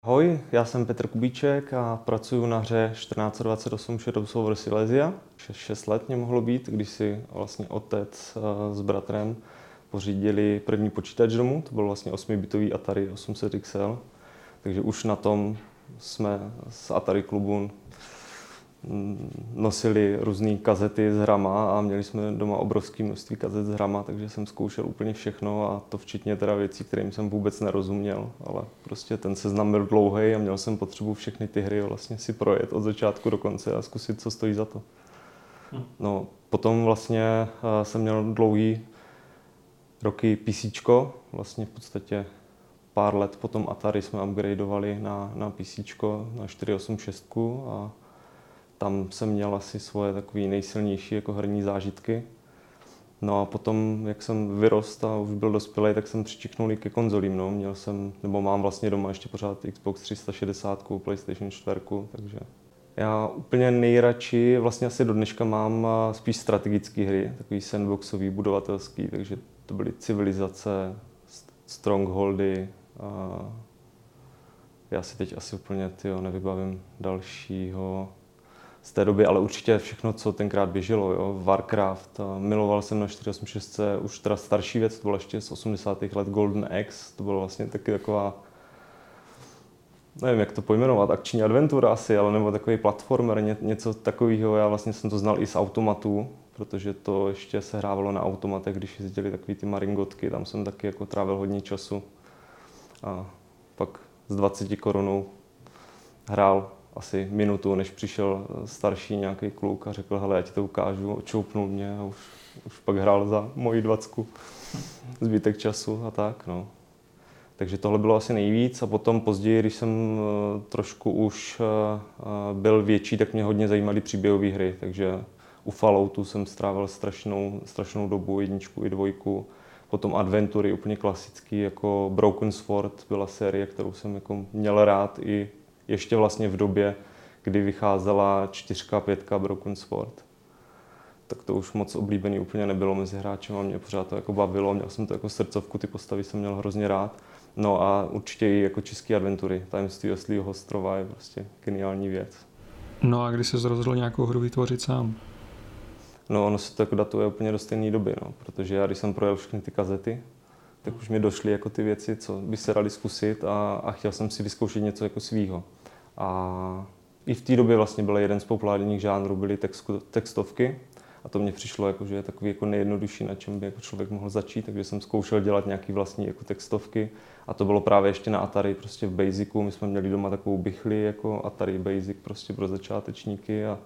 Ahoj, já jsem Petr Kubíček a pracuji na hře 1428 Shadows over Silesia. 6 let mě mohlo být, když si vlastně otec s bratrem pořídili první počítač domů. To byl vlastně 8-bitový Atari 800 XL. Takže už na tom jsme z Atari klubu nosili různé kazety s hrama a měli jsme doma obrovské množství kazet s hrama, takže jsem zkoušel úplně všechno a to včetně teda věcí, kterým jsem vůbec nerozuměl, ale prostě ten seznam byl dlouhý a měl jsem potřebu všechny ty hry vlastně si projet od začátku do konce a zkusit, co stojí za to. No, potom vlastně jsem měl dlouhý roky PCčko, vlastně v podstatě pár let potom Atari jsme upgradeovali na PCčko, na 486 a tam jsem měl asi svoje takové nejsilnější jako herní zážitky. No a potom, jak jsem vyrost a už byl dospělý, tak jsem přičichnul i ke konzolím. No. Měl jsem, nebo mám vlastně doma ještě pořád Xbox 360, PlayStation 4, takže já úplně nejradši, vlastně asi do dneška mám spíš strategické hry, takový sandboxový, budovatelský, takže to byly Civilizace, Strongholdy. Já si teď asi úplně nevybavím dalšího z té doby, ale určitě všechno, co tenkrát běželo, jo. Warcraft, miloval jsem na 486, už teda starší věc, to bylo ještě z 80. let Golden Axe, to bylo vlastně taky taková, nevím, jak to pojmenovat, akční adventura asi, ale nebo takový platformer, něco takového. Já vlastně jsem to znal i z automatů, protože to ještě se hrávalo na automatech, když jezdili takový ty maringotky, tam jsem taky jako trávil hodně času. A pak z 20 korunou hrál asi minutu, než přišel starší nějaký kluk a řekl, hele, já ti to ukážu, očoupnul mě a už pak hrál za moji 20 zbytek času a tak, no. Takže tohle bylo asi nejvíc a potom později, když jsem trošku už byl větší, tak mě hodně zajímaly příběhové hry, takže u Falloutu jsem strávil strašnou dobu, 1 i 2. Potom adventury úplně klasický, jako Broken Sword byla série, kterou jsem jako měl rád i ještě vlastně v době, kdy vycházela 4, 5 Broken Sword. Tak to už moc oblíbený úplně nebylo mezi hráčem a mě pořád to jako bavilo, měl jsem to jako srdcovku, ty postavy jsem měl hrozně rád. No a určitě i jako české adventury, Tajemství oslího ostrova je prostě geniální věc. No a když jsi rozhodl nějakou hru vytvořit sám? No ono se to jako datuje úplně do stejné doby, no, protože já když jsem projel všechny ty kazety, tak už mi došly jako ty věci, co by se dali zkusit a chtěl jsem si vyzkoušet něco jako svýho. A i v té době vlastně byl jeden z populárních žánrů, byly textovky a to mně přišlo, jako, že je takový jako nejjednodušší, na čem by jako člověk mohl začít, takže jsem zkoušel dělat nějaký vlastní jako textovky a to bylo právě ještě na Atari, prostě v Basicu, my jsme měli doma takovou bichli jako Atari Basic prostě pro začátečníky a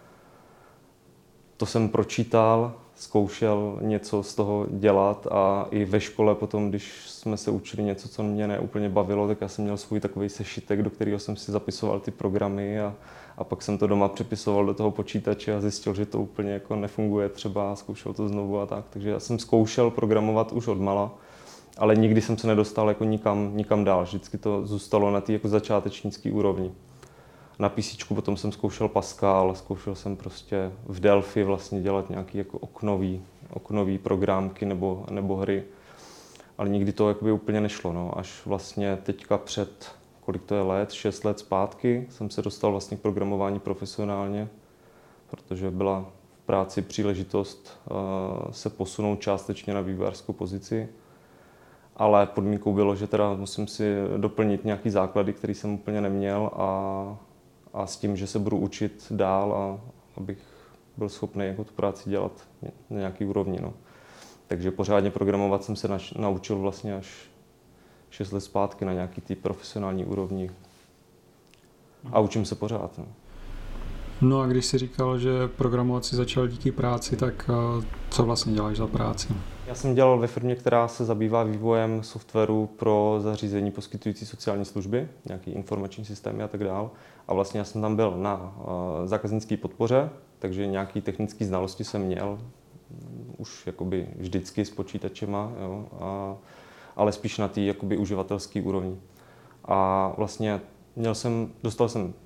to jsem pročítal, zkoušel něco z toho dělat a i ve škole potom, když jsme se učili něco, co mě neúplně bavilo, tak já jsem měl svůj takový sešitek, do kterého jsem si zapisoval ty programy a pak jsem to doma přepisoval do toho počítače a zjistil, že to úplně jako nefunguje třeba a zkoušel to znovu a tak. Takže já jsem zkoušel programovat už odmala, ale nikdy jsem se nedostal jako nikam dál. Vždycky to zůstalo na té jako začátečnické úrovni. Na PCčku potom jsem zkoušel Pascal, zkoušel jsem prostě v Delphi vlastně dělat nějaké jako oknový programky nebo hry, ale nikdy to jakoby úplně nešlo. No. Až vlastně teďka před, kolik to je let, 6 let zpátky jsem se dostal vlastně k programování profesionálně, protože byla v práci příležitost se posunout částečně na vývojářskou pozici. Ale podmínkou bylo, že teda musím si doplnit nějaký základy, který jsem úplně neměl a s tím, že se budu učit dál a abych byl schopný jako tu práci dělat na nějaký úrovni. No. Takže pořádně programovat jsem se naučil vlastně až 6 let zpátky na nějaký ty profesionální úrovni. A učím se pořád. No. No a když jsi říkal, že programovat si začal díky práci, tak co vlastně děláš za práci? Já jsem dělal ve firmě, která se zabývá vývojem softwaru pro zařízení poskytující sociální služby, nějaký informační systémy a tak dál. A vlastně já jsem tam byl na zákaznické podpoře, takže nějaké technické znalosti jsem měl už jakoby vždycky s počítačema, jo, ale spíš na té jakoby uživatelské úrovni. A vlastně dostal jsem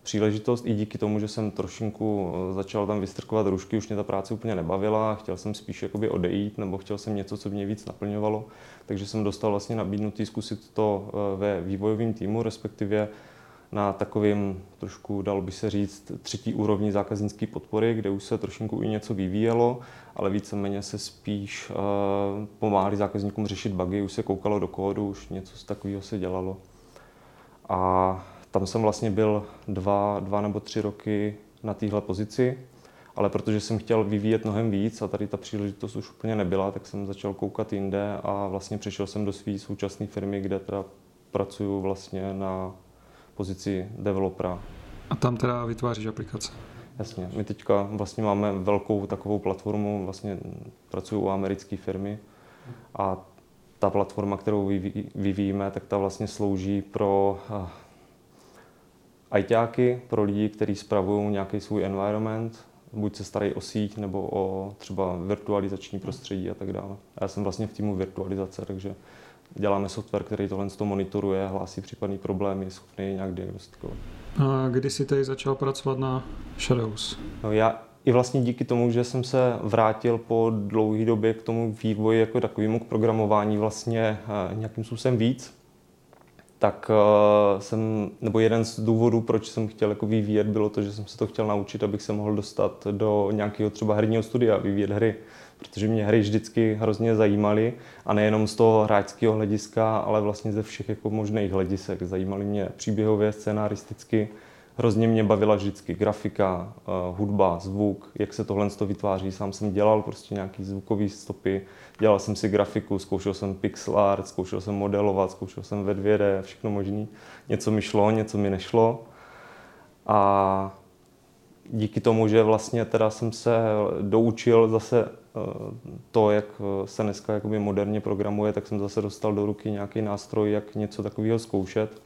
příležitost i díky tomu, že jsem trošinku začal tam vystrkovat rušky, už mě ta práce úplně nebavila, chtěl jsem spíš jakoby odejít, nebo chtěl jsem něco, co mě víc naplňovalo, takže jsem dostal vlastně nabídnutý zkusit to ve vývojovém týmu, respektive na takovým trošku, dalo by se říct, třetí úrovni zákaznické podpory, kde už se trošinku i něco vyvíjelo, ale víceméně se spíš pomáhali zákazníkům řešit bugy, už se koukalo do kódu, už něco z takového se dělalo. A tam jsem vlastně byl dva nebo 3 roky na téhle pozici, ale protože jsem chtěl vyvíjet mnohem víc a tady ta příležitost už úplně nebyla, tak jsem začal koukat jinde a vlastně přešel jsem do své současné firmy, kde teda pracuju vlastně na pozici developera. A tam teda vytváříš aplikace? Jasně, my teďka vlastně máme velkou takovou platformu, vlastně pracuju u americké firmy a ta platforma, kterou vyvíjíme, tak ta vlastně slouží pro ajťáky, pro lidi, kteří spravují nějaký svůj environment, buď se starají o síť nebo o třeba virtualizační prostředí a tak dále. A já jsem vlastně v týmu virtualizace, takže děláme software, který tohle monitoruje, hlásí případný problémy, je schopný nějak diagnostikovat. A kdy jsi tady začal pracovat na Shadows? No, já i vlastně díky tomu, že jsem se vrátil po dlouhé době k tomu vývoji jako takovému, k programování vlastně nějakým způsobem víc, tak nebo jeden z důvodů, proč jsem chtěl jako vyvíjet, bylo to, že jsem se to chtěl naučit, abych se mohl dostat do nějakého třeba herního studia, vyvíjet hry. Protože mě hry vždycky hrozně zajímaly a nejenom z toho hráčského hlediska, ale vlastně ze všech jako možných hledisek. Zajímaly mě příběhově, scénaristicky. Hrozně mě bavila vždycky grafika, hudba, zvuk, jak se tohle vytváří. Sám jsem dělal prostě nějaký zvukový stopy, dělal jsem si grafiku, zkoušel jsem pixel art, zkoušel jsem modelovat, zkoušel jsem ve 2D, všechno možný. Něco mi šlo, něco mi nešlo. A díky tomu, že vlastně teda jsem se doučil zase to, jak se dneska jakoby moderně programuje, tak jsem zase dostal do ruky nějaký nástroj, jak něco takového zkoušet.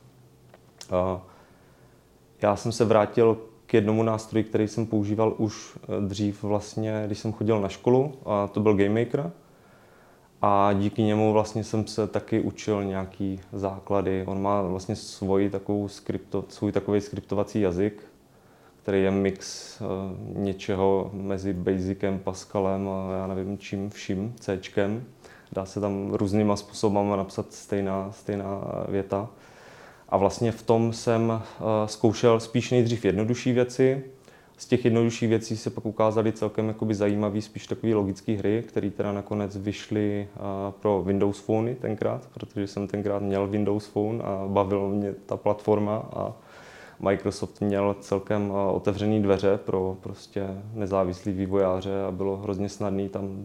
Já jsem se vrátil k jednomu nástroji, který jsem používal už dřív vlastně, když jsem chodil na školu, a to byl GameMaker. A díky němu vlastně jsem se taky učil nějaký základy. On má vlastně svůj takový skriptovací jazyk, který je mix něčeho mezi Basicem, Pascalem a já nevím čím vším, Cčkem. Dá se tam různýma způsobama napsat stejná věta. A vlastně v tom jsem zkoušel spíš nejdřív jednodušší věci. Z těch jednodušších věcí se pak ukázaly celkem jakoby zajímavý, spíš takové logické hry, které teda nakonec vyšly pro Windows Phony tenkrát, protože jsem tenkrát měl Windows Phone a bavila mě ta platforma a Microsoft měl celkem otevřený dveře pro prostě nezávislý vývojáře a bylo hrozně snadné tam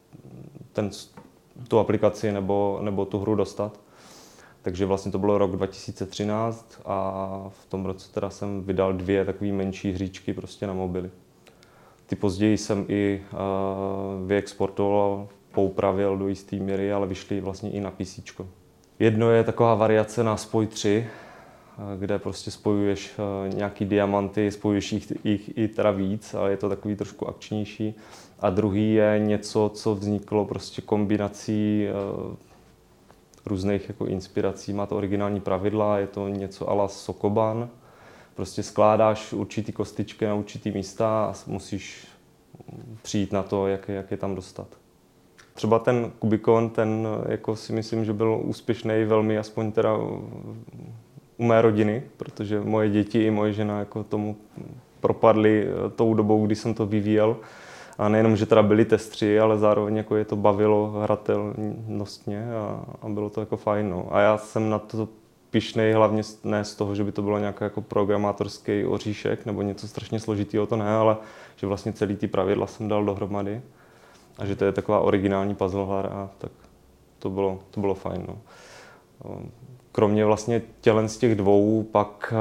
tu aplikaci nebo tu hru dostat. Takže vlastně to bylo rok 2013 a v tom roce teda jsem vydal 2 takové menší hříčky prostě na mobily. Ty později jsem i vyexportoval, poupravil do jisté míry, ale vyšly vlastně i na PC. Jedno je taková variace na Spoj 3, kde prostě spojuješ nějaký diamanty, spojuješ jich i teda víc, ale je to takový trošku akčnější. A druhý je něco, co vzniklo prostě kombinací různých jako inspirací. Má to originální pravidla, je to něco a la Sokoban. Prostě skládáš určitý kostičky na určitý místa a musíš přijít na to, jak je tam dostat. Třeba ten Kubikon, ten jako si myslím, že byl úspěšný velmi, aspoň teda u mé rodiny, protože moje děti i moje žena jako tomu propadly tou dobou, kdy jsem to vyvíjel. A nejenom, že teda byli testři, ale zároveň jako je to bavilo hratelnostně a bylo to jako fajn. No. A já jsem na to pyšnej, hlavně ne z toho, že by to bylo nějaký jako programátorský oříšek nebo něco strašně složitého, to ne, ale že vlastně celý ty pravidla jsem dal dohromady a že to je taková originální puzzle hra a tak to bylo fajn. No. Kromě vlastně z těch 2 pak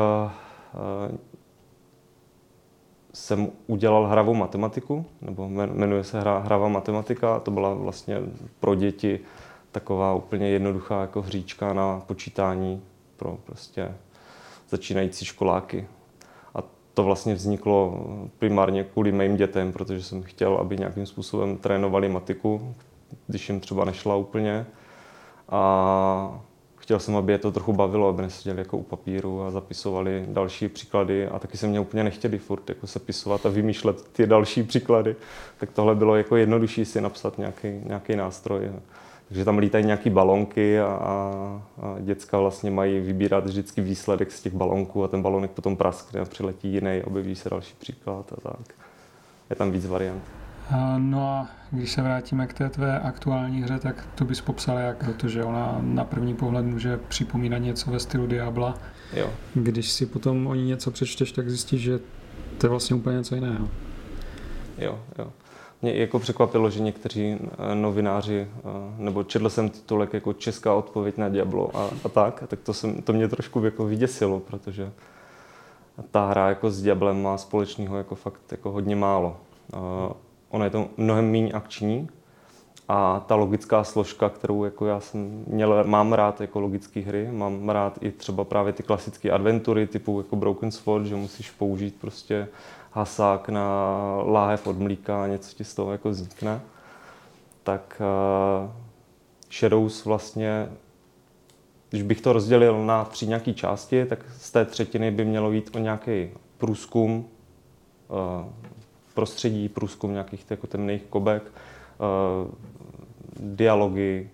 jsem udělal hravou matematiku, nebo jmenuje se hravá matematika. To byla vlastně pro děti taková úplně jednoduchá jako hříčka na počítání pro prostě začínající školáky. A to vlastně vzniklo primárně kvůli mým dětem, protože jsem chtěl, aby nějakým způsobem trénovali matiku, když jim třeba nešla úplně. A chtěl jsem, aby je to trochu bavilo, aby neseděli jako u papíru a zapisovali další příklady a taky se mě úplně nechtěli furt jako sepisovat a vymýšlet ty další příklady. Tak tohle bylo jako jednodušší si napsat nějaký nástroj. Takže tam lítají nějaký balonky a děcka vlastně mají vybírat vždycky výsledek z těch balonků a ten balonek potom praskne a přiletí jiný, objeví se další příklad a tak. Je tam víc variant. No a když se vrátíme k té tvé aktuální hře, tak tu bys popsal jak, protože ona na první pohled může připomínat něco ve stylu Diabla. Jo. Když si potom o ní něco přečteš, tak zjistíš, že to je vlastně úplně něco jiného. Jo. Mě jako překvapilo, že někteří novináři, nebo četl jsem titulek jako Česká odpověď na Diablo a tak to mě trošku jako vyděsilo, protože ta hra jako s Diablem má společného jako fakt jako hodně málo. Ono je to mnohem méně akční a ta logická složka, kterou jako mám rád jako logické hry, mám rád i třeba právě ty klasické adventury typu jako Broken Sword, že musíš použít prostě hasák na láhev od mlíka a něco ti z toho jako vznikne. Tak Shadows vlastně, když bych to rozdělil na 3 nějaké části, tak z té třetiny by mělo jít o nějaký průzkum prostředí, průzkum nějakých jako temných kobek, dialogy,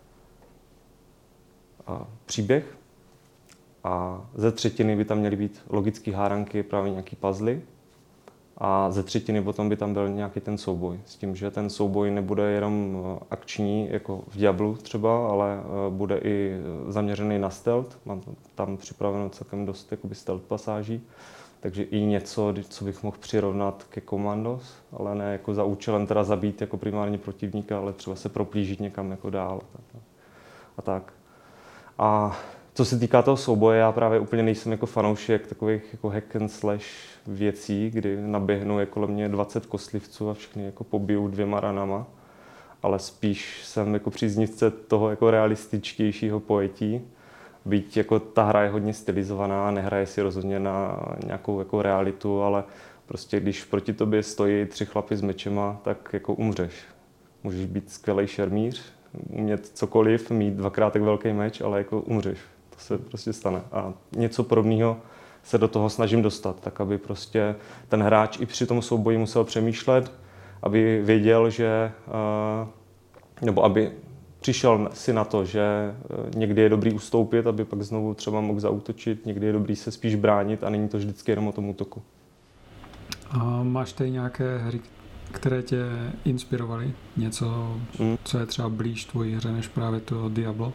příběh. A ze třetiny by tam měly být logické hádanky, právě nějaký puzzle. A ze třetiny potom by tam byl nějaký ten souboj. S tím, že ten souboj nebude jenom akční, jako v Diablu třeba, ale bude i zaměřený na stealth. Mám tam připraveno celkem dost jakoby stealth pasáží. Takže i něco, co bych mohl přirovnat ke Commandos, ale ne jako za účelem teda zabít jako primárně protivníka, ale třeba se proplížit někam jako dál a tak. A co se týká toho souboje, já právě úplně nejsem jako fanoušek takových jako hack and slash věcí, kdy naběhnu je kolem mě 20 kostlivců a všechny jako pobiju 2 ranama, ale spíš jsem jako příznivce toho jako realističtějšího pojetí. Byť jako ta hra je hodně stylizovaná, nehraje si rozhodně na nějakou jako realitu, ale prostě když proti tobě stojí 3 chlapi s mečema, tak jako umřeš. Můžeš být skvělej šermíř, umět cokoliv, mít 2krát tak velký meč, ale jako umřeš. To se prostě stane. A něco podobného se do toho snažím dostat, tak aby prostě ten hráč i při tom souboji musel přemýšlet, aby věděl, že nebo aby přišel si na to, že někdy je dobrý ustoupit, aby pak znovu třeba mohl zaútočit, někdy je dobrý se spíš bránit a není to vždycky jenom o tom útoku. A máš tady nějaké hry, které tě inspirovaly? Něco, co je třeba blíž tvojí hře než právě to Diablo?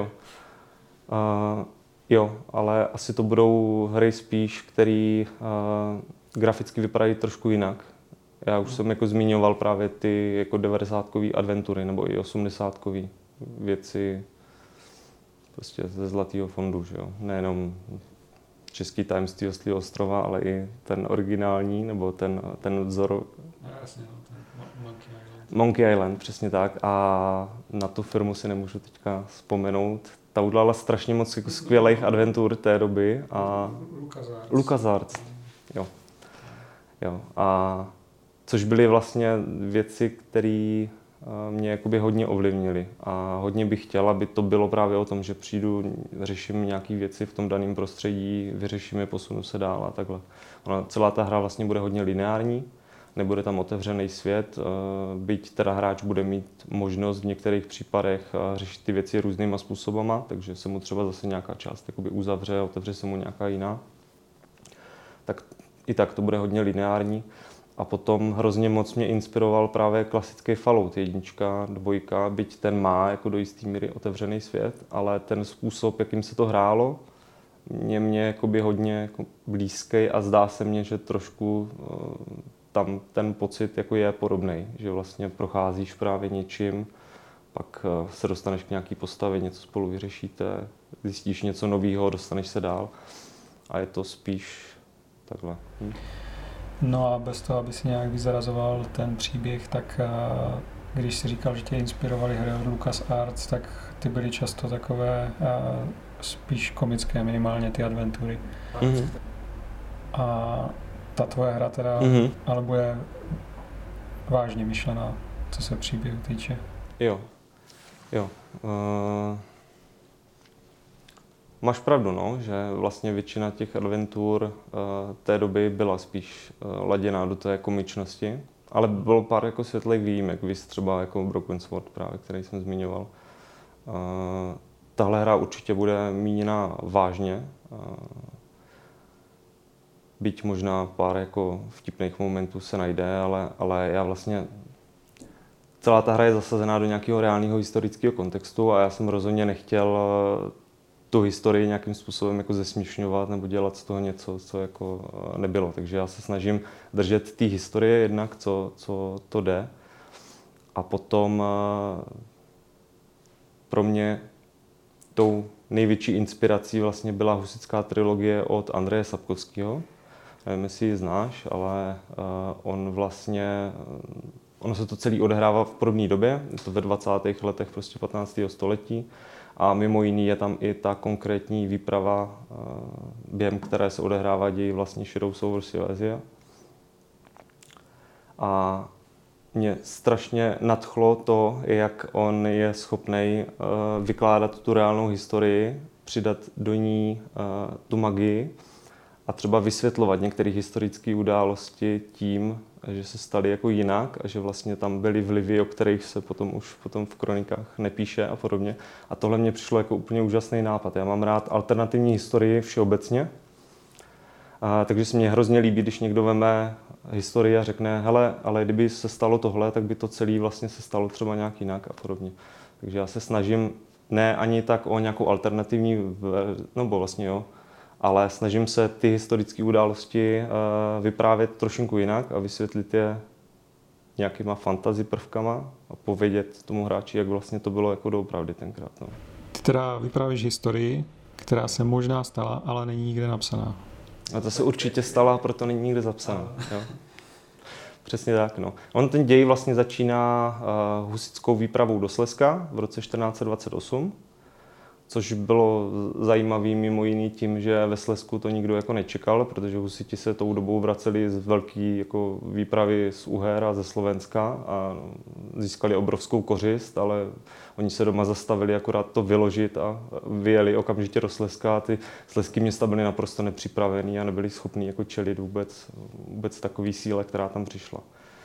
Jo, ale asi to budou hry spíš, které graficky vypadají trošku jinak. Já už jsem jako zmiňoval právě ty jako 90kový adventury nebo i 80kový věci prostě ze Zlatého fondu, že jo. Nejenom Český tajemství Oslího ostrova, ale i ten originální nebo ten vzor. Jasně, ten Monkey Island. Monkey Island, přesně tak. A na tu firmu si nemůžu teďka vzpomenout. Ta udělala strašně moc jako skvělých adventur té doby. A LucasArts. Jo. A což byly vlastně věci, které mě jakoby hodně ovlivnily. A hodně bych chtěla, aby to bylo právě o tom, že přijdu, řeším nějaké věci v tom daném prostředí, vyřeším je, posunu se dál a takhle. Celá ta hra vlastně bude hodně lineární, nebude tam otevřený svět, byť teda hráč bude mít možnost v některých případech řešit ty věci různýma způsobama, takže se mu třeba zase nějaká část jakoby uzavře, otevře se mu nějaká jiná. Tak i tak to bude hodně lineární. A potom hrozně moc mě inspiroval právě klasický Fallout 1, 2, byť ten má jako do jistý míry otevřený svět, ale ten způsob, jakým se to hrálo, mě jakoby hodně jako blízký a zdá se mně, že trošku tam ten pocit jako je podobný, že vlastně procházíš právě něčím, pak se dostaneš k nějaký postavě, něco spolu vyřešíte, zjistíš něco nového, dostaneš se dál a je to spíš takhle. No a bez toho, aby si nějak vyzrazoval ten příběh, tak když si říkal, že tě inspirovaly hry od LucasArts, tak ty byly často takové spíš komické, minimálně ty adventury. Mm-hmm. A ta tvoje hra teda ale bude vážně myšlená, co se příběhu týče. Jo. máš pravdu, no, že vlastně většina těch adventur té doby byla spíš laděná do té komičnosti, ale bylo pár jako světlých výjimek, víš třeba jako Broken Sword právě, který jsem zmiňoval. Tahle hra určitě bude míněna vážně, byť možná pár jako vtipných momentů se najde, ale já vlastně celá ta hra je zasazená do nějakého reálného historického kontextu a já jsem rozhodně nechtěl tu historii nějakým způsobem jako zesměšňovat nebo dělat z toho něco, co jako nebylo. Takže já se snažím držet té historie jednak, co to jde. A potom pro mě tou největší inspirací vlastně byla husitská trilogie od Andreje Sapkowského. Nevím, jestli ji znáš, ale ono se to celé odehrává v podobné době, je to ve 20. letech prostě 15. století a mimo jiný je tam i ta konkrétní výprava, během které se odehrává děj vlastně Shadows over Silesia. A mě strašně nadchlo to, jak on je schopný vykládat tu reálnou historii, přidat do ní tu magii a třeba vysvětlovat některé historické události tím, že se staly jako jinak a že vlastně tam byly vlivy, o kterých se potom v kronikách nepíše a podobně. A tohle mě přišlo jako úplně úžasný nápad. Já mám rád alternativní historii všeobecně, takže se mně hrozně líbí, když někdo veme historii a řekne, hele, ale kdyby se stalo tohle, tak by to celé vlastně se stalo třeba nějak jinak a podobně. Takže já se snažím ne ani tak o nějakou alternativní, nebo vlastně jo, ale snažím se ty historické události vyprávět trošinku jinak a vysvětlit je nějakýma fantasy prvkama a povědět tomu hráči, jak vlastně to bylo jako doopravdy tenkrát. No. Ty teda vyprávíš historii, která se možná stala, ale není nikde napsaná. A to se určitě stala, proto není nikde zapsaná. Jo. Přesně tak. No. On ten děj vlastně začíná husitskou výpravou do Slezska v roce 1428, což bylo zajímavé mimo jiný tím, že ve Slezsku to nikdo jako nečekal, protože husiti se tou dobou vraceli z velké jako výpravy z Uher a ze Slovenska a získali obrovskou kořist, ale oni se doma zastavili akorát to vyložit a vyjeli okamžitě do Slezska a ty slezský města byly naprosto nepřipravený a nebyli schopní jako čelit vůbec takový síle, která tam přišla.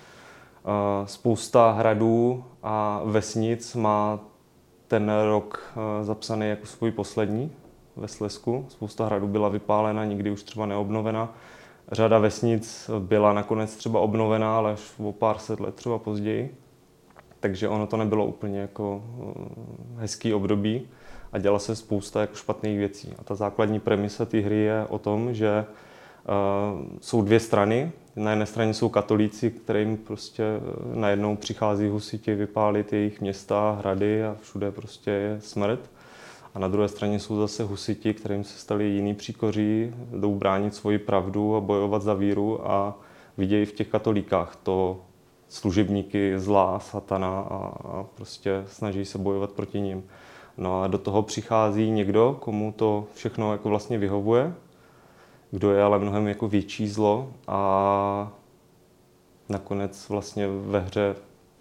Spousta hradů a vesnic má ten rok zapsaný jako svůj poslední ve Slezsku. Spousta hradů byla vypálena, nikdy už třeba neobnovena. Řada vesnic byla nakonec třeba obnovená, ale až o pár set let třeba později. Takže ono to nebylo úplně jako hezký období a děla se spousta jako špatných věcí. A ta základní premisa té hry je o tom, že jsou dvě strany. Na jedné straně jsou katolíci, kterým prostě najednou přichází husiti vypálit jejich města, hrady a všude prostě je smrt. A na druhé straně jsou zase husiti, kterým se stali jiní příkoří, jdou bránit svoji pravdu a bojovat za víru a vidějí v těch katolíkách to služebníky zla, satana a prostě snaží se bojovat proti nim. No a do toho přichází někdo, komu to všechno jako vlastně vyhovuje, kdo je ale mnohem jako větší zlo a nakonec vlastně ve hře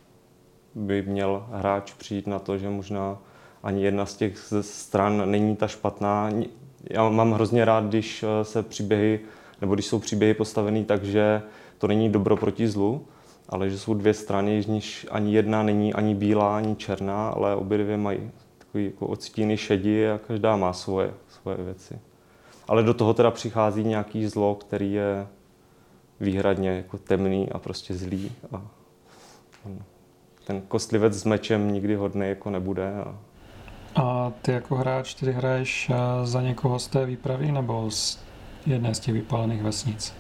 by měl hráč přijít na to, že možná ani jedna z těch stran není ta špatná. Já mám hrozně rád, když se příběhy, nebo když jsou příběhy postavený tak, že to není dobro proti zlu, ale že jsou dvě strany, z níž ani jedna není ani bílá, ani černá, ale obě dvě mají takový jako odstíny šedi a každá má svoje věci. Ale do toho teda přichází nějaký zlo, který je výhradně jako temný a prostě zlý. A ten kostlivec s mečem nikdy hodnej jako nebude. A ty jako hráč, ty hraješ za někoho z té výpravy nebo z jedné z těch vypálených vesnic?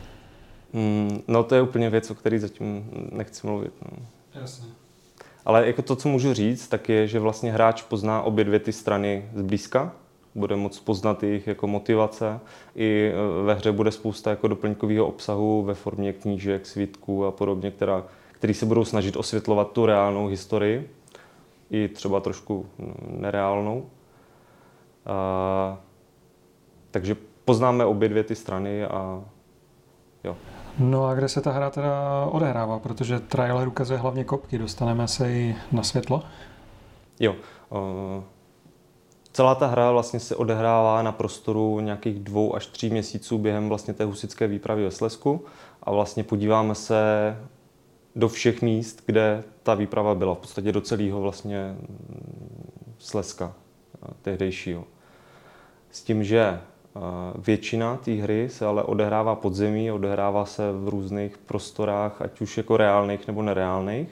No to je úplně věc, o které zatím nechci mluvit. No. Jasně. Ale jako to, co můžu říct, tak je, že vlastně hráč pozná obě dvě ty strany zblízka. Bude moct poznat jejich jako motivace. I ve hře bude spousta jako doplňkového obsahu ve formě knížek, svítků a podobně, který se budou snažit osvětlovat tu reálnou historii, i třeba trošku nereálnou. Takže poznáme obě dvě ty strany a jo. No a kde se ta hra teda odehrává? Protože trailer ukazuje hlavně kopky. Dostaneme se i na světlo? Jo. celá ta hra vlastně se odehrává na prostoru nějakých 2 až 3 měsíců během vlastně té husitské výpravy ve Slezsku a vlastně podíváme se do všech míst, kde ta výprava byla, v podstatě do celého vlastně Slezska tehdejšího. S tím, že většina té hry se ale odehrává pod zemí, odehrává se v různých prostorách, ať už jako reálných nebo nereálných.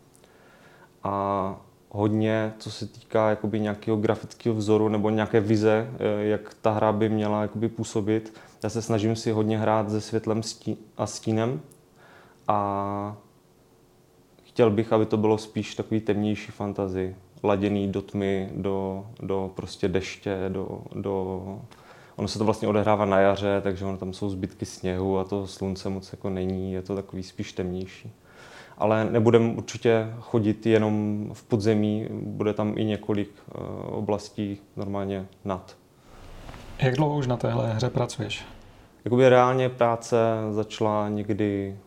A hodně, co se týká jakoby nějakého grafického vzoru nebo nějaké vize, jak ta hra by měla jakoby působit. Já se snažím si hodně hrát se světlem a stínem a chtěl bych, aby to bylo spíš takový temnější fantasy, laděný do tmy, do prostě deště, ono se to vlastně odehrává na jaře, takže ono tam jsou zbytky sněhu a to slunce moc jako není, je to takový spíš temnější. Ale nebudem určitě chodit jenom v podzemí, bude tam i několik oblastí normálně nad. Jak dlouho už na téhle hře pracuješ? Jakoby reálně práce začala někdy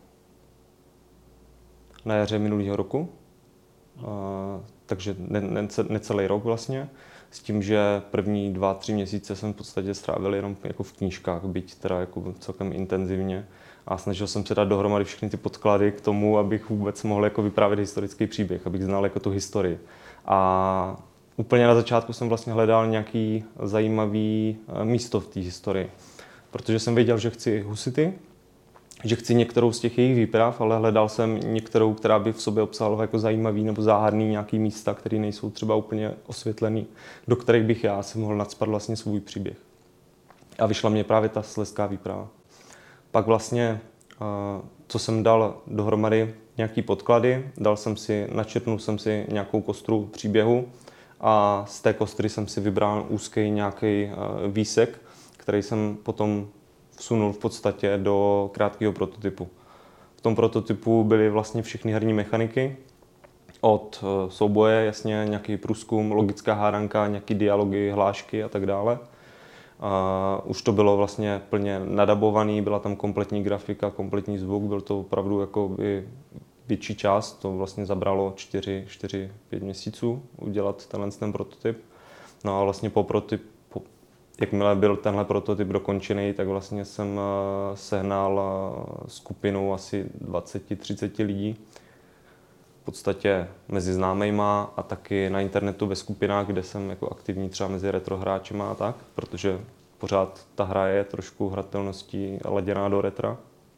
na jaře minulého roku, takže necelý rok vlastně, s tím, že první 2-3 měsíce jsem v podstatě strávil jenom jako v knížkách, byť teda jako celkem intenzivně. A snažil jsem se dát dohromady všechny ty podklady k tomu, abych vůbec mohl jako vyprávět historický příběh, abych znal jako tu historii. A úplně na začátku jsem vlastně hledal nějaký zajímavý místo v té historii, protože jsem věděl, že chci husity, že chci některou z těch jejich výprav, ale hledal jsem některou, která by v sobě obsahovala jako zajímavý nebo záhadný nějaký místa, které nejsou třeba úplně osvětlený, do kterých bych já si mohl nacpat vlastně svůj příběh. A vyšla mě právě ta slezská výprava. Pak vlastně, co jsem dal dohromady nějaký podklady, načrtnul jsem si nějakou kostru příběhu a z té kostry jsem si vybral úzký nějaký výsek, který jsem potom vsunul v podstatě do krátkého prototypu. V tom prototypu byly vlastně všechny herní mechaniky, od souboje, jasně nějaký průzkum, logická hádanka, nějaký dialogy, hlášky a tak dále. Už to bylo vlastně plně nadabovaný, byla tam kompletní grafika, kompletní zvuk, byl to opravdu jako větší část, to vlastně zabralo 4-5 měsíců udělat ten prototyp. No a vlastně jakmile byl tenhle prototyp dokončený, tak vlastně jsem sehnal skupinu asi 20-30 lidí. V podstatě mezi známejma a taky na internetu ve skupinách, kde jsem jako aktivní třeba mezi retrohráčema a tak, protože pořád ta hra je trošku hratelností laděná do retra.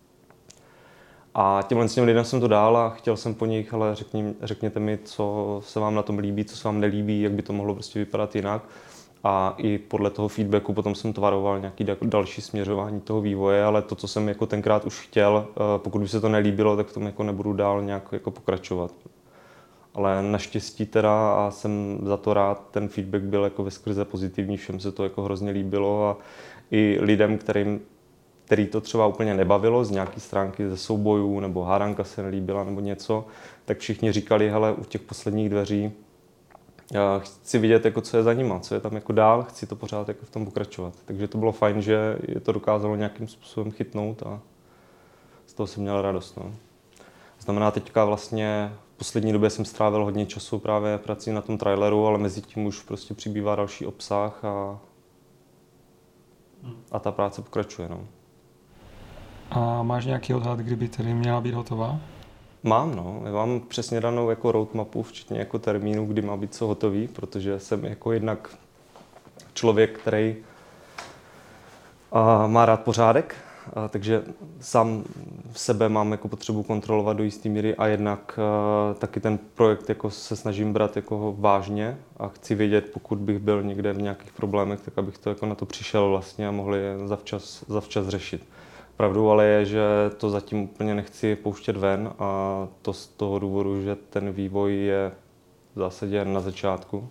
A těmhle lidem jsem to dal a chtěl jsem po nich, ale řekněte mi, co se vám na tom líbí, co se vám nelíbí, jak by to mohlo prostě vypadat jinak. A i podle toho feedbacku potom jsem tvaroval nějaký další směřování toho vývoje, ale to, co jsem jako tenkrát už chtěl, pokud by se to nelíbilo, tak v tom jako nebudu dál nějak jako pokračovat. Ale naštěstí teda, a jsem za to rád, ten feedback byl jako veskrze pozitivní, všem se to jako hrozně líbilo a i lidem, který to třeba úplně nebavilo z nějaký stránky ze soubojů, nebo hádanka se nelíbila, nebo něco, tak všichni říkali, hele, u těch posledních dveří já chci vidět, jako, co je za nima, co je tam jako dál, chci to pořád jako v tom pokračovat. Takže to bylo fajn, že je to dokázalo nějakým způsobem chytnout a z toho jsem měl radost. No. Znamená, teďka vlastně v poslední době jsem strávil hodně času právě prací na tom traileru, ale mezi tím už prostě přibývá další obsah a ta práce pokračuje. No. A máš nějaký odhad, kdyby tedy měla být hotová? Mám, no. Já mám přesně danou jako roadmapu, včetně jako termínu, kdy má být co hotový, protože jsem jako jednak člověk, který má rád pořádek, takže sám sebe mám jako potřebu kontrolovat do jisté míry a jednak taky ten projekt jako se snažím brát jako vážně a chci vědět, pokud bych byl někde v nějakých problémech, tak abych to jako na to přišel vlastně a mohli je zavčas řešit. Pravdou ale je, že to zatím úplně nechci pouštět ven a to z toho důvodu, že ten vývoj je v zásadě na začátku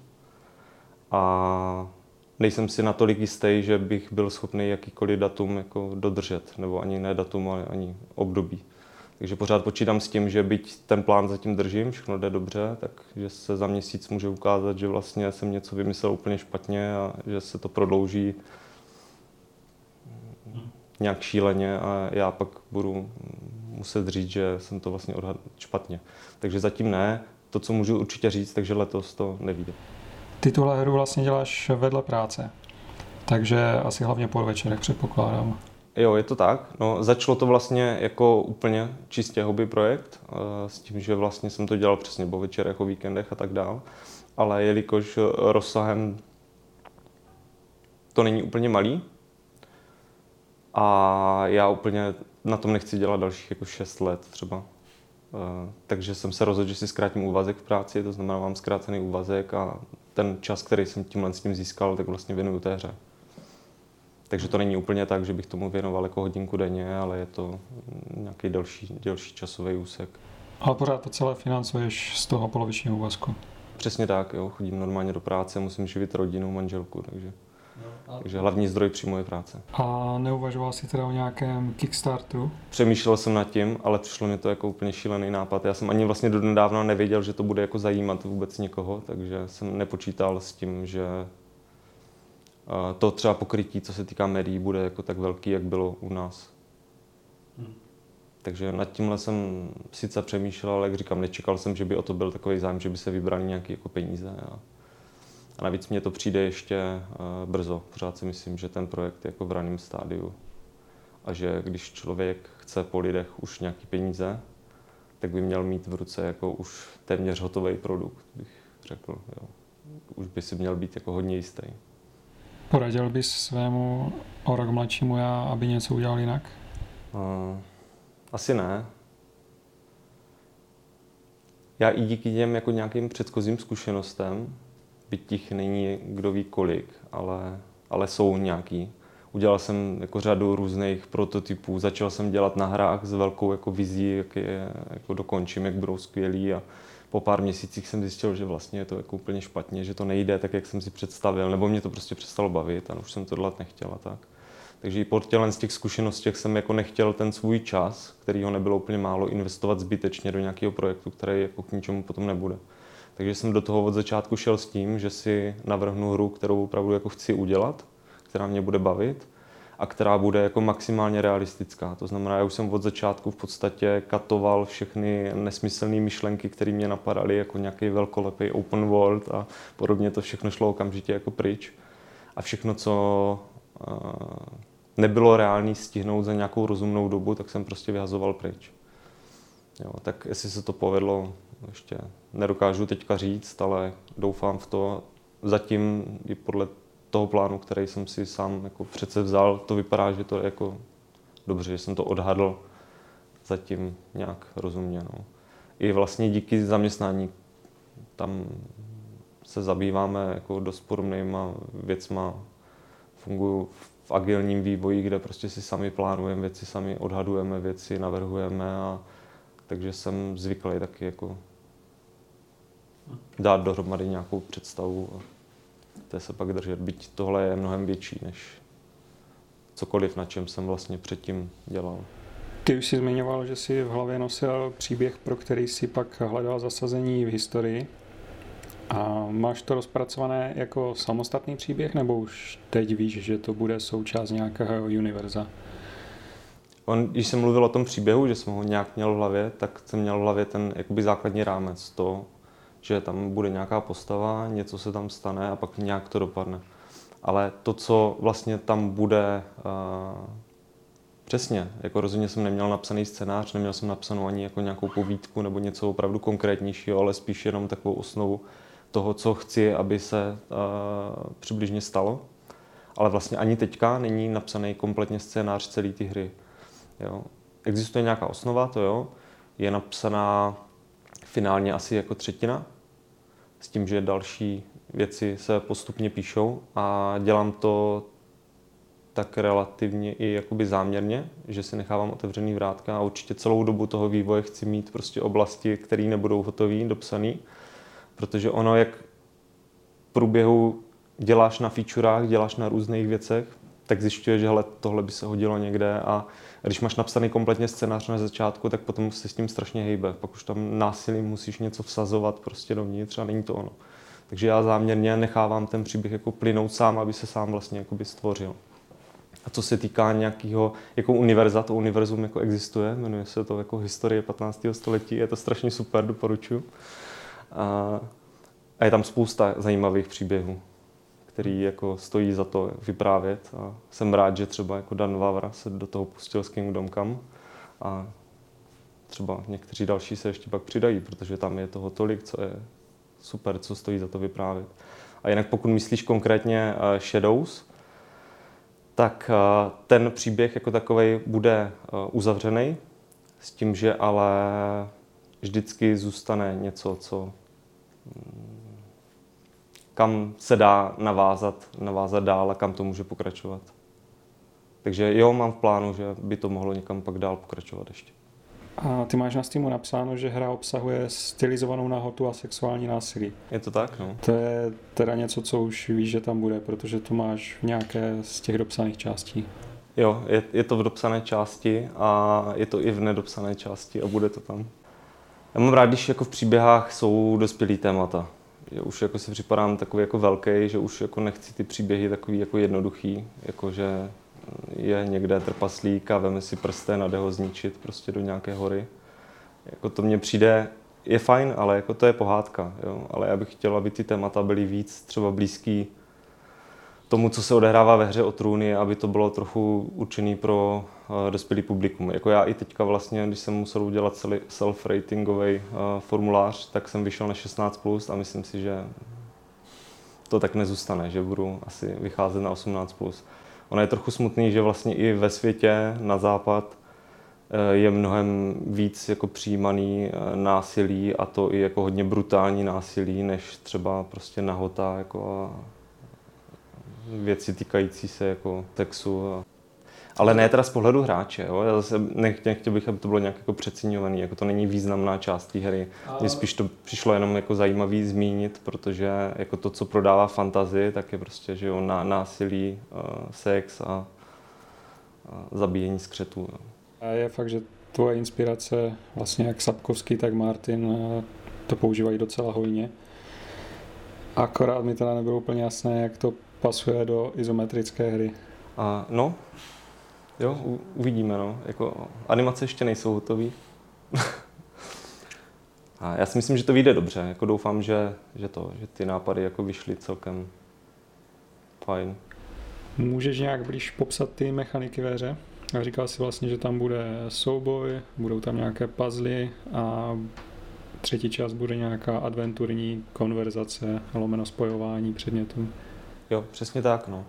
a nejsem si natolik jistý, že bych byl schopný jakýkoliv datum jako dodržet, nebo ani ne datum, ale ani období. Takže pořád počítám s tím, že byť ten plán zatím držím, všechno jde dobře, takže se za měsíc může ukázat, že vlastně jsem něco vymyslel úplně špatně a že se to prodlouží nějak šíleně a já pak budu muset říct, že jsem to vlastně odhadl špatně. Takže zatím ne. To, co můžu určitě říct, takže letos to nevyjde. Ty tuhle hru vlastně děláš vedle práce, takže asi hlavně po večerech předpokládám. Jo, je to tak. No, začalo to vlastně jako úplně čistě hobby projekt, s tím, že vlastně jsem to dělal přesně po večerech, o víkendech a tak dál. Ale jelikož rozsahem to není úplně malý a já úplně na tom nechci dělat dalších jako 6 let třeba. Takže jsem se rozhodl, že si zkrátím úvazek v práci, to znamená, mám zkrácený úvazek a ten čas, který jsem tímhle s tím získal, tak vlastně věnuju té hře. Takže to není úplně tak, že bych tomu věnoval jako hodinku denně, ale je to nějaký delší časový úsek. Ale pořád to celé financuješ z toho polovičního úvazku. Přesně tak, jo, chodím normálně do práce, musím živit rodinu, manželku, takže hlavní zdroj přímo je práce. A neuvažoval jsi teda o nějakém Kickstarteru? Přemýšlel jsem nad tím, ale přišlo mi to jako úplně šílený nápad. Já jsem ani vlastně donedávna nevěděl, že to bude jako zajímat vůbec někoho, takže jsem nepočítal s tím, že to třeba pokrytí, co se týká médií, bude jako tak velký, jak bylo u nás. Takže nad tímhle jsem sice přemýšlel, ale jak říkám, nečekal jsem, že by o to byl takový zájem, že by se vybrali nějaké jako peníze. A navíc mně to přijde ještě brzo. Pořád si myslím, že ten projekt je jako v raném stádiu. A že když člověk chce po lidech už nějaké peníze, tak by měl mít v ruce jako už téměř hotový produkt, bych řekl. Jo. Už by si měl být jako hodně jistý. Poradil bys svému o rok mladšímu já, aby něco udělal jinak? Asi ne. Já i díky těm jako nějakým předchozím zkušenostem, byť těch není kdo ví kolik, ale jsou nějaký. Udělal jsem jako řadu různých prototypů, začal jsem dělat na hrách s velkou jako vizí, jak je jako dokončím, jak budou skvělý a po pár měsících jsem zjistil, že vlastně je to jako úplně špatně, že to nejde tak, jak jsem si představil, nebo mě to prostě přestalo bavit a už jsem to dělat nechtěl a tak. Takže i po z těch zkušenostech jsem jako nechtěl ten svůj čas, který ho nebylo úplně málo, investovat zbytečně do nějakého projektu, který jako k ničemu potom nebude. Takže jsem do toho od začátku šel s tím, že si navrhnu hru, kterou opravdu jako chci udělat, která mě bude bavit a která bude jako maximálně realistická. To znamená, já už jsem od začátku v podstatě katoval všechny nesmyslné myšlenky, které mě napadaly, jako nějaký velkolepý open world a podobně, to všechno šlo okamžitě jako pryč. A všechno, co nebylo reálné stihnout za nějakou rozumnou dobu, tak jsem prostě vyhazoval pryč. Jo, tak jestli se to povedlo, ještě nedokážu teďka říct, ale doufám v to. Zatím i podle toho plánu, který jsem si sám jako přece vzal, to vypadá, že to je jako dobře, že jsem to odhadl zatím nějak rozumně. No. I vlastně díky zaměstnání tam se zabýváme jako dost podobnýma věcma. Funguji v agilním vývoji, kde prostě si sami plánujeme věci, sami odhadujeme věci, navrhujeme a takže jsem zvyklý taky jako dát dohromady nějakou představu a té se pak držet. Byť tohle je mnohem větší než cokoliv, na čem jsem vlastně předtím dělal. Ty už jsi zmiňoval, že jsi v hlavě nosil příběh, pro který si pak hledal zasazení v historii. A máš to rozpracované jako samostatný příběh, nebo už teď víš, že to bude součást nějakého univerza? Když jsem mluvil o tom příběhu, že jsem ho nějak měl v hlavě, tak jsem měl v hlavě ten jakoby základní rámec, to, že tam bude nějaká postava, něco se tam stane a pak nějak to dopadne. Ale to, co vlastně tam bude přesně, jako rozhodně jsem neměl napsaný scénář, neměl jsem napsanou ani jako nějakou povídku nebo něco opravdu konkrétnějšího, ale spíš jenom takovou osnovu toho, co chci, aby se přibližně stalo. Ale vlastně ani teďka není napsaný kompletně scénář celé té hry. Jo. Existuje nějaká osnova, to jo, je napsaná finálně asi jako třetina, s tím, že další věci se postupně píšou a dělám to tak relativně i jakoby záměrně, že si nechávám otevřený vrátka a určitě celou dobu toho vývoje chci mít prostě oblasti, které nebudou hotové, dopsané, protože ono, jak v průběhu děláš na featurách, děláš na různých věcech, tak zjišťuješ, že hele, tohle by se hodilo někde a když máš napsaný kompletně scénář na začátku, tak potom se s tím strašně hejbe. Pak už tam násilím musíš něco vsazovat prostě dovnitř a není to ono. Takže já záměrně nechávám ten příběh jako plynout sám, aby se sám vlastně jakoby stvořil. A co se týká nějakého jako univerza, to univerzum jako existuje, jmenuje se to jako Historie 15. století, je to strašně super, doporučuji. A je tam spousta zajímavých příběhů, který jako stojí za to vyprávět. A jsem rád, že třeba jako Dan Vávra se do toho pustil s Kingdom Come a třeba někteří další se ještě pak přidají, protože tam je toho tolik, co je super, co stojí za to vyprávět. A jinak pokud myslíš konkrétně Shadows, tak ten příběh jako takovej bude uzavřený, s tím, že ale vždycky zůstane něco, co kam se dá navázat dál a kam to může pokračovat. Takže jo, mám v plánu, že by to mohlo někam pak dál pokračovat ještě. A ty máš na Steamu napsáno, že hra obsahuje stylizovanou nahotu a sexuální násilí. Je to tak, no. To je teda něco, co už víš, že tam bude, protože to máš v nějaké z těch dopsaných částí. Jo, je to v dopsané části a je to i v nedopsané části a bude to tam. Já mám rád, když jako v příběhách jsou dospělý témata. Že už jako si připadám takový jako velký, že už jako nechci ty příběhy takový jako jednoduchý, jako že je někde trpaslík a veme si prsten a jde ho zničit prostě do nějaké hory. Jako to mně přijde, je fajn, ale jako to je pohádka, jo? Ale já bych chtěl, aby ty témata byly víc třeba blízký tomu, co se odehrává ve hře o trůny, aby to bylo trochu určený pro dospělý publikum. Jako já i teďka vlastně, když jsem musel udělat celý self-ratingový formulář, tak jsem vyšel na 16+, a myslím si, že to tak nezůstane, že budu asi vycházet na 18+. Ono je trochu smutný, že vlastně i ve světě na západ je mnohem víc jako přijímaný násilí, a to i jako hodně brutální násilí, než třeba prostě nahota jako věci týkající se jako sexu. Ale ne teda z pohledu hráče, jo? Já zase nechtěl bych, aby to bylo nějak jako přeceňovaný, jako to není významná část té hry. Mně spíš to přišlo jenom jako zajímavý zmínit, protože jako to, co prodává fantazii, tak je prostě, že jo, násilí, sex a zabíjení skřetů. Jo. A je fakt, že tvoje inspirace, vlastně jak Sapkowski, tak Martin, to používají docela hojně. Akorát mi teda nebylo úplně jasné, jak to pasuje do izometrické hry. No, jo, uvidíme, no. Jako, animace ještě nejsou hotové. A já si myslím, že to vyjde dobře. Jako doufám, že ty nápady jako vyšly celkem fajn. Můžeš nějak blíž popsat ty mechaniky ve hře? Říkal jsi vlastně, že tam bude souboj, budou tam nějaké puzzle a třetí část bude nějaká adventurní konverzace, lomeno spojování předmětů. Jo, přesně tak, no.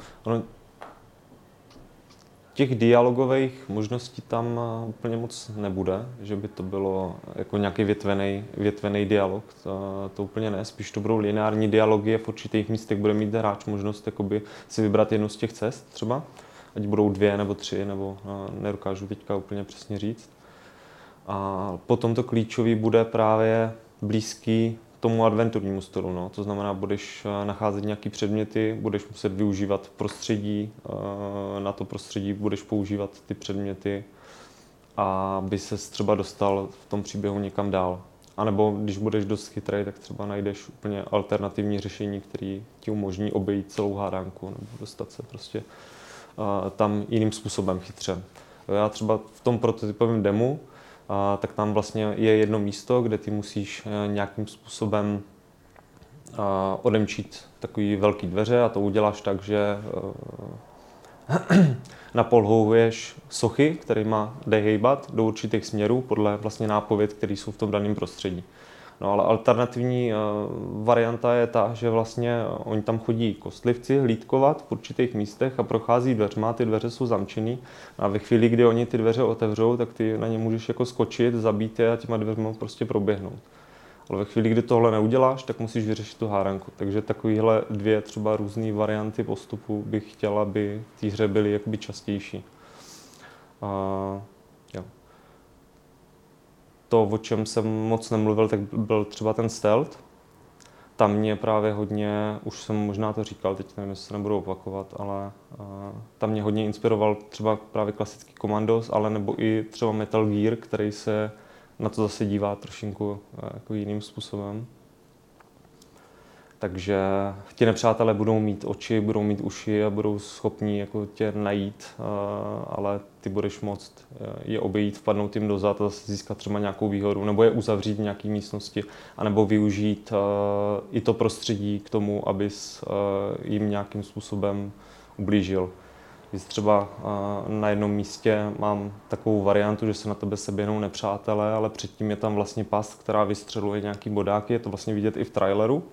Těch dialogových možností tam úplně moc nebude, že by to bylo jako nějaký větvený dialog, to úplně ne, spíš to budou lineární dialogy a v určitých místech bude mít hráč možnost jakoby si vybrat jednu z těch cest třeba, ať budou 2 nebo 3, nebo nedokážu teďka úplně přesně říct. A potom to klíčový bude právě blízký tomu adventurnímu stylu, no. To znamená, budeš nacházet nějaký předměty, budeš muset využívat prostředí, na to prostředí budeš používat ty předměty, aby ses třeba dostal v tom příběhu někam dál. A nebo když budeš dost chytrý, tak třeba najdeš úplně alternativní řešení, které ti umožní obejít celou hádanku nebo dostat se prostě tam jiným způsobem chytře. Já třeba v tom prototypovém demu, tak tam vlastně je jedno místo, kde ty musíš nějakým způsobem odemčít takový velký dveře, a to uděláš tak, že napolhouješ sochy, kterýma jde hejbat do určitých směrů podle vlastně nápověd, které jsou v tom daném prostředí. No ale alternativní varianta je ta, že vlastně oni tam chodí kostlivci hlídkovat v určitých místech a prochází dveřma, ty dveře jsou zamčený, a ve chvíli, kdy oni ty dveře otevřou, tak ty na ně můžeš jako skočit, zabít je a těma dveřma prostě proběhnout. Ale ve chvíli, kdy tohle neuděláš, tak musíš vyřešit tu hádanku. Takže takovéhle 2 třeba různé varianty postupu bych chtěl, aby v té hře byly jakoby častější. Jo. To, o čem jsem moc nemluvil, tak byl třeba ten stealth. Tam mě právě hodně, už jsem možná to říkal, teď nevím, jestli se nebudu opakovat, ale tam mě hodně inspiroval třeba právě klasický Commandos, ale nebo i třeba Metal Gear, který se na to zase dívá trošinku jako jiným způsobem. Takže ti nepřátelé budou mít oči, budou mít uši a budou schopní jako tě najít, ale ty budeš moct je obejít, vpadnout jim do zad a získat třeba nějakou výhodu, nebo je uzavřít v nějaké místnosti, anebo využít i to prostředí k tomu, abys jim nějakým způsobem ublížil. Když třeba na jednom místě mám takovou variantu, že se na tebe seběhnou nepřátelé, ale předtím je tam vlastně past, která vystřeluje nějaký bodáky, je to vlastně vidět i v traileru.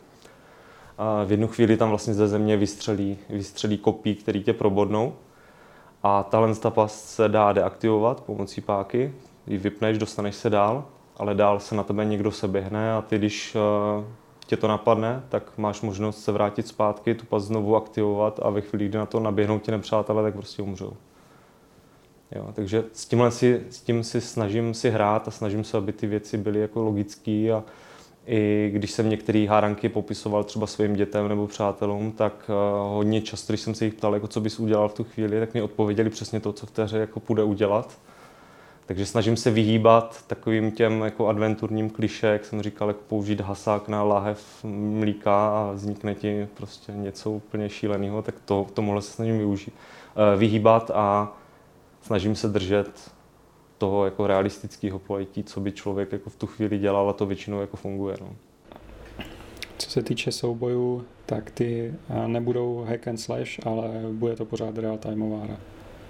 V jednu chvíli tam vlastně ze země vystřelí kopí, který tě probodnou. A tahle past se dá deaktivovat pomocí páky. Ji vypneš, dostaneš se dál, ale dál se na tebe někdo seběhne a ty, když tě to napadne, tak máš možnost se vrátit zpátky, tu past znovu aktivovat a ve chvíli, kdy na to naběhnou ti nepřátelé, tak prostě umřou. Jo, takže s tím si snažím si hrát a snažím se, aby ty věci byly jako logický a i když jsem některé hádanky popisoval třeba svým dětem nebo přátelům, tak hodně často, když jsem se jich ptal, jako co bys udělal v tu chvíli, tak mi odpověděli přesně to, co v té hře jako půjde udělat. Takže snažím se vyhýbat takovým těm jako adventurním klišé, jak jsem říkal, jako použít hasák na láhev mlíka a vznikne ti prostě něco úplně šíleného, tak tomuhle se snažím vyhýbat a snažím se držet toho jako realistického pojetí, co by člověk jako v tu chvíli dělal a to většinou jako funguje. No. Co se týče soubojů, tak ty nebudou hack and slash, ale bude to pořád real-timeová hra.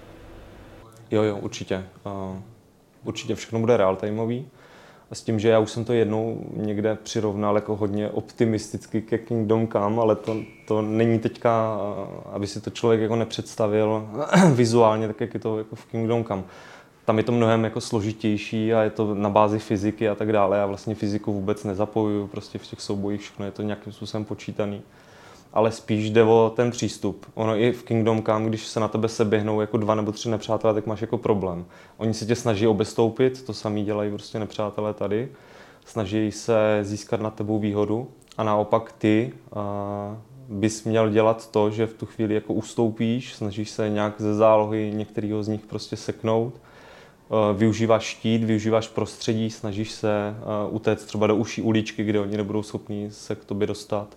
Jo, určitě. Určitě všechno bude real-timeový. A s tím, že já už jsem to jednou někde přirovnal jako hodně optimisticky ke Kingdom Come, ale to není teďka, aby si to člověk jako nepředstavil vizuálně, tak jak je to jako v Kingdom Come. Tam je to mnohem jako složitější a je to na bázi fyziky a tak dále. Já vlastně fyziku vůbec nezapojuju, prostě v těch soubojích všechno je to nějakým způsobem počítaný. Ale spíš jde o ten přístup. Ono i v Kingdom Come, když se na tebe seběhnou jako 2 nebo 3 nepřátelé, tak máš jako problém. Oni se tě snaží obestoupit, to samý dělají prostě nepřátelé tady. Snaží se získat nad tebou výhodu a naopak ty bys měl dělat to, že v tu chvíli jako ustoupíš, snažíš se nějak ze zálohy některého z nich prostě seknout. Využíváš štít, využíváš prostředí, snažíš se utéct třeba do užší uličky, kde oni nebudou schopni se k tobě dostat.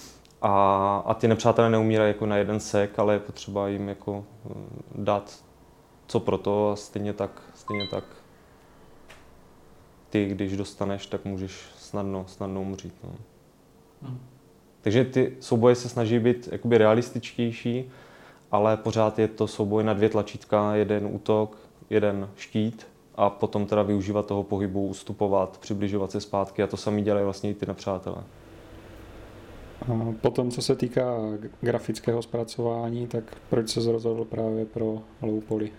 A ty nepřátelé neumírají jako na jeden sek, ale je potřeba jim jako dát co pro to a stejně tak ty, když dostaneš, tak můžeš snadno umřít. No. Takže ty souboje se snaží být jakoby realističtější, ale pořád je to souboj na 2 tlačítka, jeden útok, jeden štít a potom teda využívat toho pohybu, ustupovat, přibližovat se zpátky a to samý dělají vlastně i ty nepřátelé. Potom, co se týká grafického zpracování, tak proč se rozhodl právě pro low poly?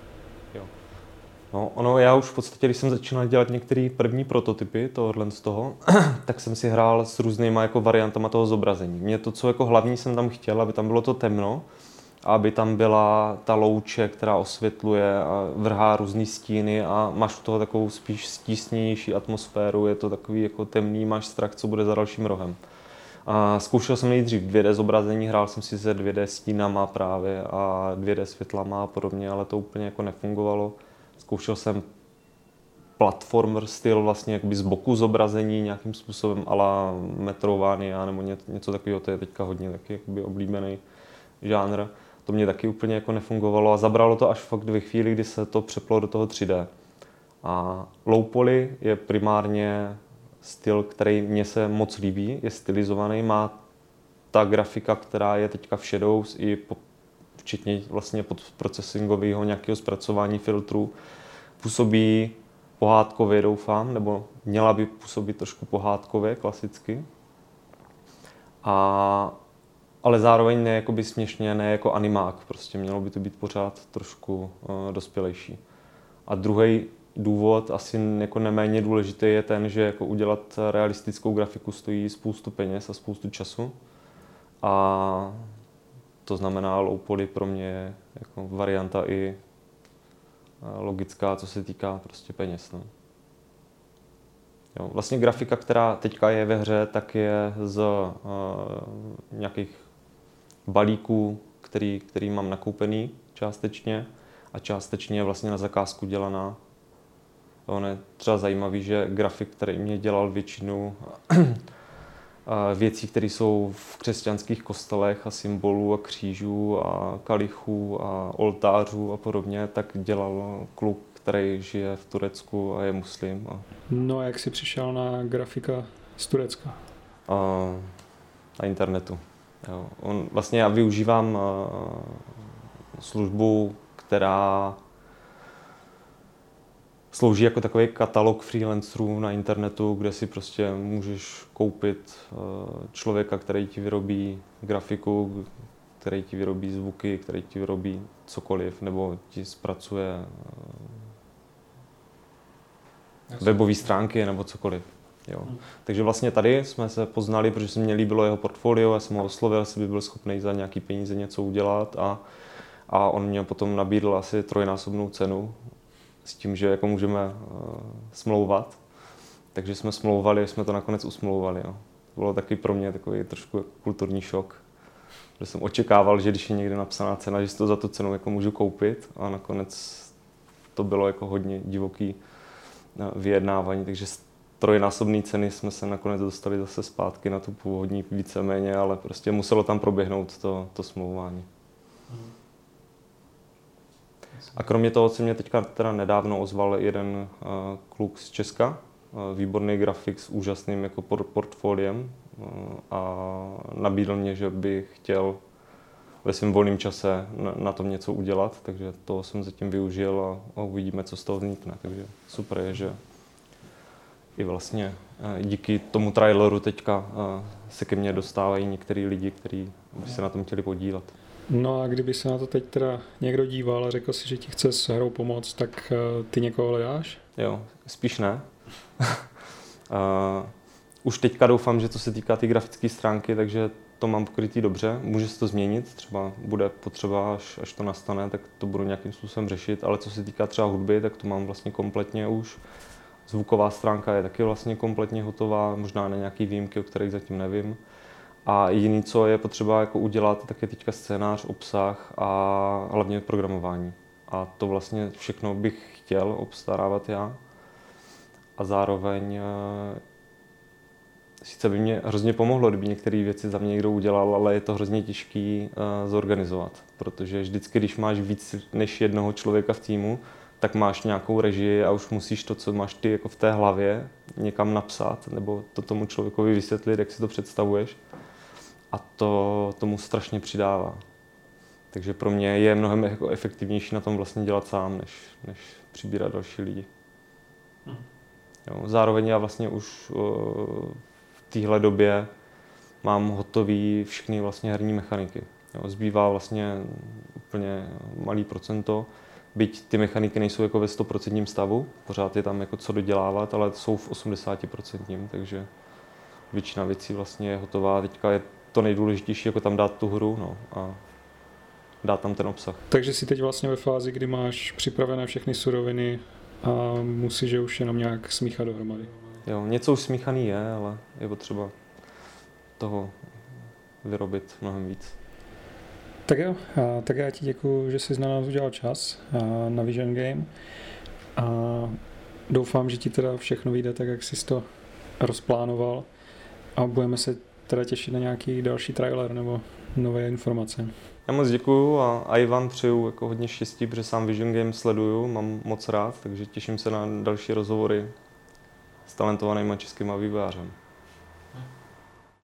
No, já už v podstatě, když jsem začínal dělat některé první prototypy tohohle z toho, tak jsem si hrál s různýma jako variantama toho zobrazení. Mě to, co jako hlavní jsem tam chtěl, aby tam bylo to temno, aby tam byla ta louče, která osvětluje a vrhá různý stíny a máš u toho takovou spíš stísněnější atmosféru, je to takový jako temný, máš strach, co bude za dalším rohem. A zkoušel jsem nejdřív 2D zobrazení, hrál jsem si se 2D stínama právě a 2D světlama a podobně, ale to úplně jako nefungovalo. Zkoušel jsem platformer styl vlastně jakoby z boku zobrazení nějakým způsobem a la Metroidvania nebo něco takového, to je teďka hodně taky jakoby oblíbený žánr. To mě taky úplně jako nefungovalo a zabralo to až fakt ve chvíli, kdy se to přeplo do toho 3D. A low poly je primárně styl, který mně se moc líbí, je stylizovaný, má ta grafika, která je teďka v Shadows i včetně vlastně podprocesingového nějakého zpracování filtrů, působí pohádkově, doufám, nebo měla by působit trošku pohádkově, klasicky. Ale zároveň ne jakoby směšně, ne jako animák, prostě mělo by to být pořád trošku dospělejší. A druhý důvod, asi jako neméně důležitý, je ten, že jako udělat realistickou grafiku stojí spoustu peněz a spoustu času. A to znamená, low poly pro mě je jako varianta i logická, co se týká prostě peněz. No. Jo, vlastně grafika, která teďka je ve hře, tak je z nějakých balíků, který mám nakoupený částečně a částečně je vlastně na zakázku dělaná. Ono je třeba zajímavý, že grafik, který mě dělal většinu věcí, které jsou v křesťanských kostelech a symbolů a křížů a kalichů a oltářů a podobně, tak dělal kluk, který žije v Turecku a je muslim. No a jak jsi přišel na grafika z Turecka? Na internetu. Jo. Vlastně já využívám službu, která slouží jako takový katalog freelancerů na internetu, kde si prostě můžeš koupit člověka, který ti vyrobí grafiku, který ti vyrobí zvuky, který ti vyrobí cokoliv, nebo ti zpracuje webové stránky nebo cokoliv. Jo. Takže vlastně tady jsme se poznali, protože se mně líbilo jeho portfolio, já jsem ho oslovil, jestli by byl schopný za nějaký peníze něco udělat a on mě potom nabídl asi 3násobnou cenu s tím, že jako můžeme smlouvat. Takže jsme smlouvali, jsme to nakonec usmlouvali. Jo. To bylo taky pro mě takový trošku kulturní šok, že jsem očekával, že když je někde napsaná cena, že si to za tu cenu jako můžu koupit a nakonec to bylo jako hodně divoký vyjednávání, takže z 3násobné ceny jsme se nakonec dostali zase zpátky na tu původní víceméně, ale prostě muselo tam proběhnout to smlouvání. A kromě toho se mě teďka teda nedávno ozval jeden kluk z Česka, výborný grafik s úžasným jako portfoliem a nabídl mě, že by chtěl ve svém volném čase na tom něco udělat, takže toho jsem zatím využil a uvidíme, co z toho vznikne. Takže super je, že i vlastně díky tomu traileru teďka se ke mně dostávají některý lidi, kteří by se na tom chtěli podílet. No a kdyby se na to teď teda někdo díval a řekl si, že ti chce s hrou pomoct, tak ty někoho hledáš? Jo, spíš ne. Už teďka doufám, že to se týká ty grafické stránky, takže to mám pokrytý dobře. Může se to změnit, třeba bude potřeba, až to nastane, tak to budu nějakým způsobem řešit, ale co se týká třeba hudby, tak to mám vlastně kompletně už. Zvuková stránka je taky vlastně kompletně hotová, možná na nějaký výjimky, o kterých zatím nevím. A jediné, co je potřeba jako udělat, tak je teďka scénář, obsah a hlavně programování. A to vlastně všechno bych chtěl obstarávat já. A zároveň sice by mě hrozně pomohlo, kdyby některé věci za mě někdo udělal, ale je to hrozně těžký zorganizovat. Protože vždycky, když máš víc než jednoho člověka v týmu, tak máš nějakou režii a už musíš to, co máš ty jako v té hlavě, někam napsat nebo to tomu člověkovi vysvětlit, jak si to představuješ. A to tomu strašně přidává. Takže pro mě je mnohem jako efektivnější na tom vlastně dělat sám, než přibírat další lidi. Jo, zároveň já vlastně už v téhle době mám hotový všechny vlastně herní mechaniky. Jo, zbývá vlastně úplně malý procento, byť ty mechaniky nejsou jako ve 100% stavu, pořád je tam jako co dodělávat, ale jsou v 80%, takže většina věcí vlastně je hotová. Teďka je to nejdůležitější, jako tam dát tu hru a dát tam ten obsah. Takže jsi teď vlastně ve fázi, kdy máš připravené všechny suroviny a musíš je už jenom nějak smíchat dohromady. Jo, něco už smíchaný je, ale je potřeba toho vyrobit mnohem víc. Tak jo, tak já ti děkuju, že jsi na nás udělal čas na Vision Game a doufám, že ti teda všechno vyjde tak, jak jsi to rozplánoval a budeme se teda těšit na nějaký další trailer nebo nové informace. Já moc děkuju a i vám přeju jako hodně štěstí, protože sám Vision Game sleduju, mám moc rád, takže těším se na další rozhovory s talentovanýma českýma vývojářem.